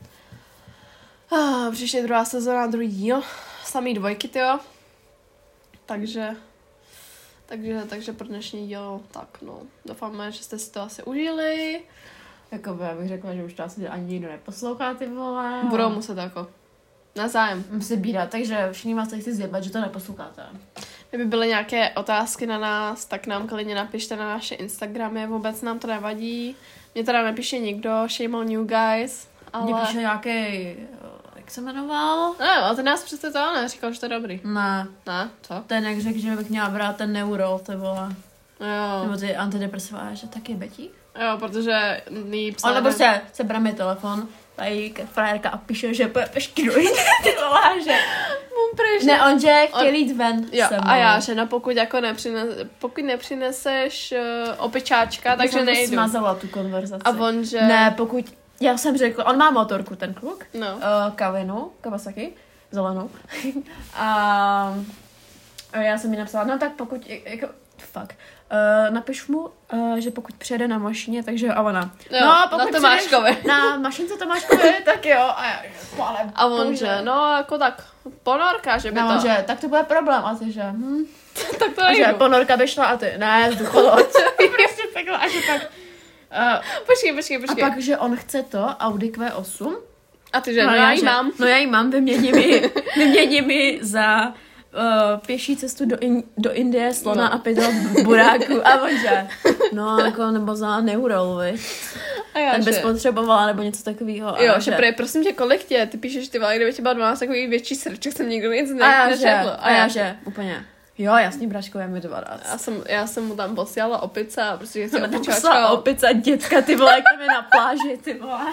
Příště druhá sezóna, druhý díl. Samý dvojky, tyjo. Takže pro dnešní díl, tak no. Doufáme, že jste si to asi užili. Jakoby, já bych řekla, že už to asi ani nikdo neposlouchá, ty vole. Budou muset jako. Nazájem. Musí bírat, takže všichni vás chci zjebat, že to neposloucháte. Kdyby byly nějaké otázky na nás, tak nám klidně napište na naše Instagramy, vůbec nám to nevadí. Mě teda nepíše nikdo, shame on you guys, ale... Mně píše nějaký, jak se jmenoval? Ne, ale ty nás přece to neříkal, že to je dobrý. Ne. Ne, co? Ten jak řekl, že bych měla brát ten neurol, to bylo. Jo. Nebo ty antidepresiva, že taky Betty? Jo, protože jí psala... Ale prostě se bere mi telefon, tady frajerka a píše, že půjde pešky do jiné, ty vole, že... Ne, on že chtěl jít ven jo, se mnou. a já, že no pokud jako pokud nepřineseš opičáčka, takže nejdu. Smazala tu konverzaci. A on, že... Ne, pokud... Já jsem řekla, on má motorku, ten kluk. No. Kavinu, Kawasaki, zelenou. a já jsem mi napsala, no tak pokud, jako, fuck. Napiš mu, že pokud přijede na mašině, takže a ona. Jo, no, pokud na Tomáškovi. Na mašince Tomáškovi, tak jo. A já, ale a on, že no, jako tak ponorka, že by no, to... že tak to bude problém. A ty, že tak to a nejdu. že ponorka by šla a ty, ne, vzducholoď. prostě takhle, a že pak... Počkej. A pak, že on chce to, Audi Q8. A ty, že no já ji mám. No já ji mám, vymění mi za pěší cestu do Indie, slona a pytel buráku. A on že, no jako, nebo za neurol, ten bys potřebovala, nebo něco takového. Jo, že prosím tě, kolik tě? Ty píšeš, ty vole, kdyby tě byla 12 takový větší srdček, jsem nikdo nic nečetl. A já že, úplně. Jo, jasný, Braško, je mi 12. Já jsem mu tam posílala opice a prostě chci opičáčka. Opice, děcka, ty vole, jak tam je na pláži, ty vole.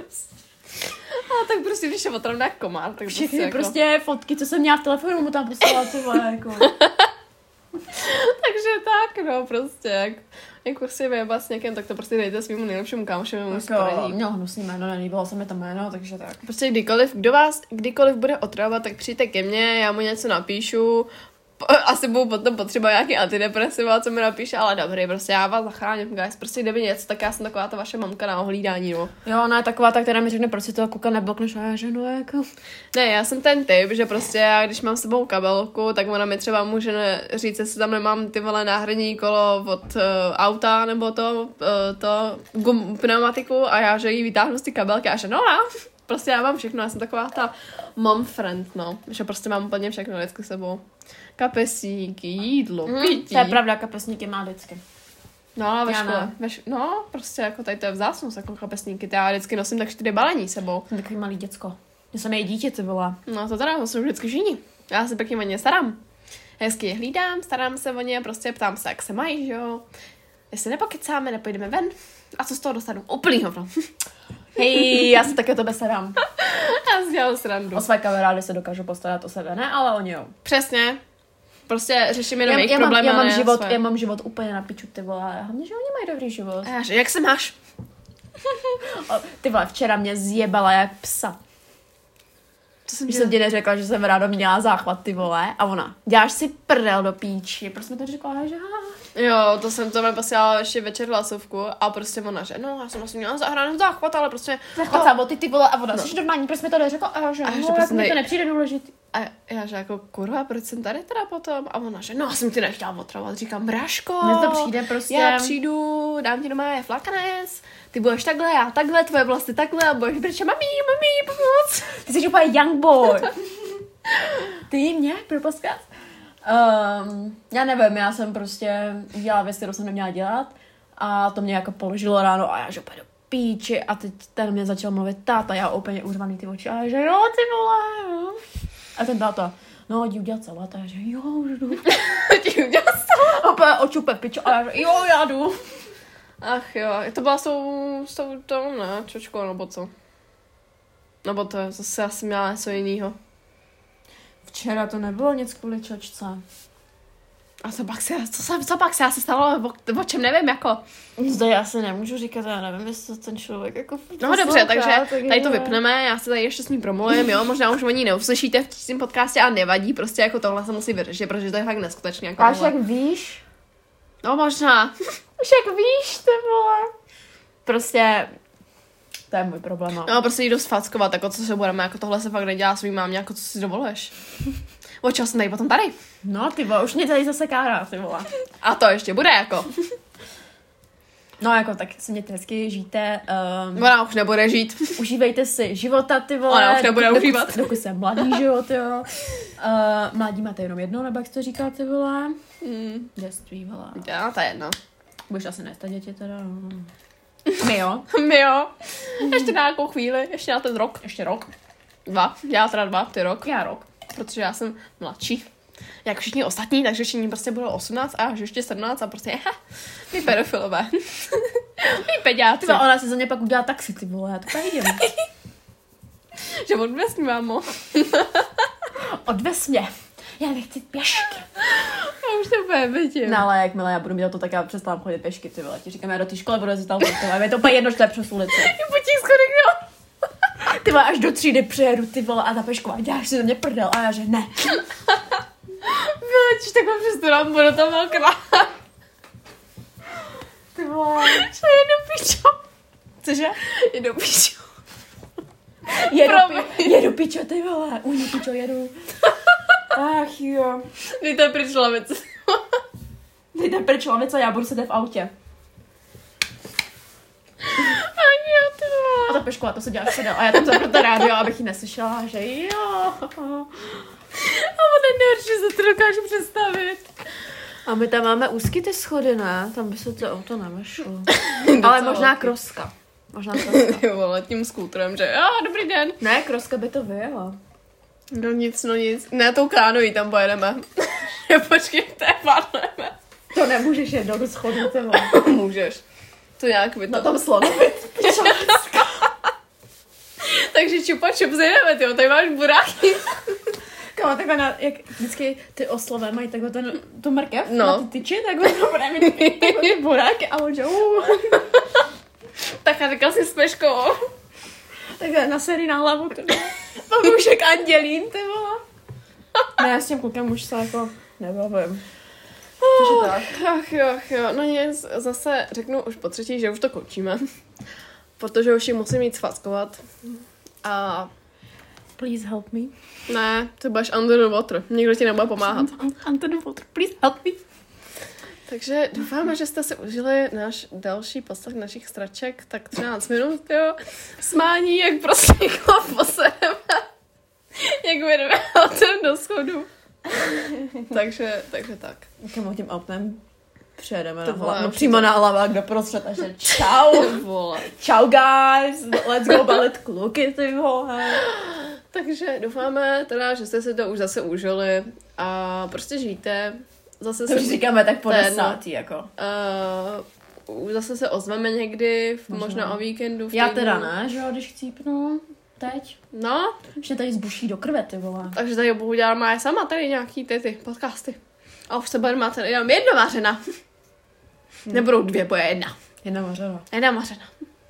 A tak prostě, když je otravná jak komár, tak všechny prostě fotky, co jsem měla v telefonu, mu tam poslala, ty vole, jako. Takže tak, no, prostě, jak si vyjebat s někým, tak to prostě dejte svýmu nejlepšímu kámošovi, mu sporadí. Měl hnusný jméno, nelíbilo se mi to jméno, takže tak. Prostě kdykoliv bude otravovat, tak přijďte ke mně, já mu něco napíšu, asi budu potom potřeba nějaký antidepresiva, co mi napíše, ale dobrý, prostě já vás zachráním, guys, prostě kdyby něco, tak já jsem taková ta vaše mamka na ohlídání, no. Jo, ona je taková ta, která mi řekne, proč si toho kluka neblokneš, a já že no, jako. Ne, já jsem ten typ, že prostě já, když mám s sebou kabelku, tak ona mi třeba může říct, jestli tam nemám ty vole náhradní kolo od auta, nebo to pneumatiku, a já, že jí vytáhnu z ty kabelky, a že no, prostě já mám všechno, já jsem taková ta mom friend, no, že prostě mám úplně všechno vždycky s sebou. Kapesníky, jídlo, pití. To je pravda, kapesníky má vždycky. No, ve škole. No, prostě jako tady to je vzácnost, jako kapesníky. Já vždycky nosím tak 4 balení sebou. Jsem takový malý děcko. Já jsem její dítě, ty vole. No to teda, jsou vždycky všichni. Já se pěkně o ně starám. Hezky je hlídám, starám se o ně, prostě ptám se, jak se mají, že jo. Jestli nepokecáme, nepojdeme ven. A co z toho dostanu? Úplný hovno. Hej, já se taky o tebe starám. Já si dělám srandu. O své kamarády se dokážu postarat o sebe, ne? Ale oni jo. Přesně. Prostě řeším jenom jejich problémy. Já mám život úplně na piču, ty vole. Hlavně, že oni mají dobrý život. A já že, jak se máš? Ty vole, včera mě zjebala jak psa. Když jsem ti neřekla, že jsem ráda měla záchvat, ty vole. A ona, děláš si prdel do píči. Prostě mi to řekla, že Jo, to mi posílala ještě večer hlasovku a prostě ona, že no, já jsem asi měla zahrát záchvat, ale prostě... Záchvat samoty, ty vole, a ona, jsi normální, prostě mi to neřekla, a že no, jak mi to nepřijde důležitý. A já, že jako, kurva, proč jsem tady teda potom? A ona, že no, já jsem ti nechtěla otravovat. Říkám, Mráško, Mně to přijde prostě... já přijdu, dám ti doma je flakanec, ty budeš takhle, já takhle, tvoje vlasy takhle a budeš brečet, mami, pomoc. Ty jsi úplně young boy. Ty mě, pro podcast? Já nevím, já jsem prostě dělala věc, kterou jsem neměla dělat a to mě jako položilo ráno a já že úplně do píči a teď ten mě začal mluvit táta, já úplně uřvaný ty oči a já že jo, ty vole, jo. A ten táta, no, jdi udělat salát a já že jo, už jdu. Ti udělat salát. A úplně očupe pičo a já že jo, já jdu. Ach jo, to byla s tou, ne, čočkou, nebo co? Nebo to zase já jsem měla něco jinýho. Včera to nebylo nic kvůli čočce. A co pak se asi stalo, o čem nevím, jako. Zde já si nemůžu říkat, já nevím, jestli ten člověk jako... No dobře, takže tady to vypneme, já se tady ještě s ní promluvím, jo, možná už o ní neuslyšíte v tím podcastě a nevadí, prostě jako tohle se musí vyřešit, protože to je fakt neskutečně. Jako až jak víš? No možná. Už jak víš, ty vole. Prostě, to je můj problém. No prostě jít dost fackovat, jako co se budeme, jako tohle se fakt nedělá svým mámě, jako co si dovoluješ. O čeho jsem tady potom tady? No ty vole, už mě tady zase kára, ty vole. A to ještě bude, jako. No jako, tak si mějte hezky, žijte. Ona už nebude žít. Užívejte si života, ty vole. Ona už nebude užívat. Dokud jsem mladý život, jo. Mládí máte jenom jedno, nebo jak jsi to říká, ty vole. Dětství, vole. Já, to je jedno. Budeš asi nestat děti teda. My jo. My jo. Ještě na nějakou chvíli, ještě na ten rok. Ještě rok. 2. Já teda 2, ty rok. Já rok. Protože já jsem mladší. Jak všichni ostatní, takže všichni prostě budou 18 a já ještě 17 a prostě my pedofilové. My peďáci. Ty vole, ona se za ně pak udělá taxi, ty vole, já to tady jdem. Že odvez mě, mámo. Odvez mě. Já nechci pěšky. Já už to úplně vidím. No ale jakmile já budu mít to, tak já přestávám chodit pěšky, ty vole. Ti říkám, já do té školy budu jezdit autem, je to úplně jedno, že to je přes ulici. I po těch schodech, jo. Ty vole, až do třídy přijedu, ty vole, a ta pešková, děláš si do mě prdel, a já že ne. Vyletíš takhle přes tu rampu, do toho mokrá. Ty vole. Že jedu pičo. Cože? Jedu pičo. Jedu pičo, ty vole, ujdu pičo, jedu. Ach jo. Dejte pryč lavice. Dejte pryč lavice, já budu sedět v autě. Ani jo, ty vole. A ta pešková, to se děláš sedel. A já tam zapnu to rádio, abych ji neslyšela, že jo. A ona nejhorší, se to dokážu představit. A my tam máme úzky ty schody, ne? Tam by se to auto nevešlo. Ale možná kroska. Možná kroska. Jo, vole, tím skútrem, že dobrý den. Ne, kroska by to vyjela. No nic. Ne, tou kánojí tam pojedeme. Počkejte, pánujeme. To nemůžeš jet do schodu, ty vole. Můžeš. To nějak by to... Na tom slonovit. Takže čupa čup zajdeme, tyjo, tady máš buráky. Kama, takhle jak vždycky ty oslové mají takhle tu mrkev no. na ty tyči, takhle to bude mít takhle ty buráky a on že Tak a říkal jsi s peškou. takhle na sérii na hlavu, Pamušek Andělín, ty vole. Ne, já s tím klukem už se jako nebavím. Ach jo, no nic, zase řeknu už po třetí, že už to končíme. Protože už ji musím jít sfackovat. A... Please help me. Ne, ty budeš under the water. Nikdo ti nebude pomáhat. Under the water, please help me. Takže doufáme, že jste si užili náš další poslech našich straček, tak 13 minut, jo. Smání, jak prostě posereme. Jak vyjdeme autem do schodu. takže tak. Kamo, tím autem přejedeme To vole, přímo na hlavách doprostřed a že čau. Čau guys, let's go balit kluky, ty vole. Takže doufáme teda, že jste si to už zase užili a prostě žijte. Zase to už říkáme tak po 10. jako. Zase se ozveme někdy, možná o víkendu. Já teda ne, že jo, když chcípnu. Teď. No. Už mě tady zbuší do krve, ty vole. Takže tady budu dělat má sama tady nějaký ty podcasty. A už se bude mát jenom jedna vařena. Nebudou dvě, bude jedna. Jedna vařena.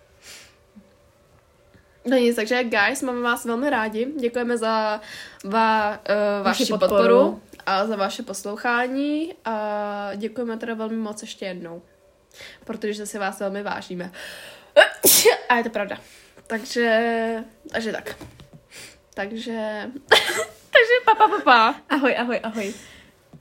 No nic, takže guys, máme vás velmi rádi. Děkujeme za vaši podporu a za vaše poslouchání a děkujeme teda velmi moc ještě jednou. Protože si vás velmi vážíme. A je to pravda. Takže tak. Takže Pa. Ahoj, ahoj, ahoj.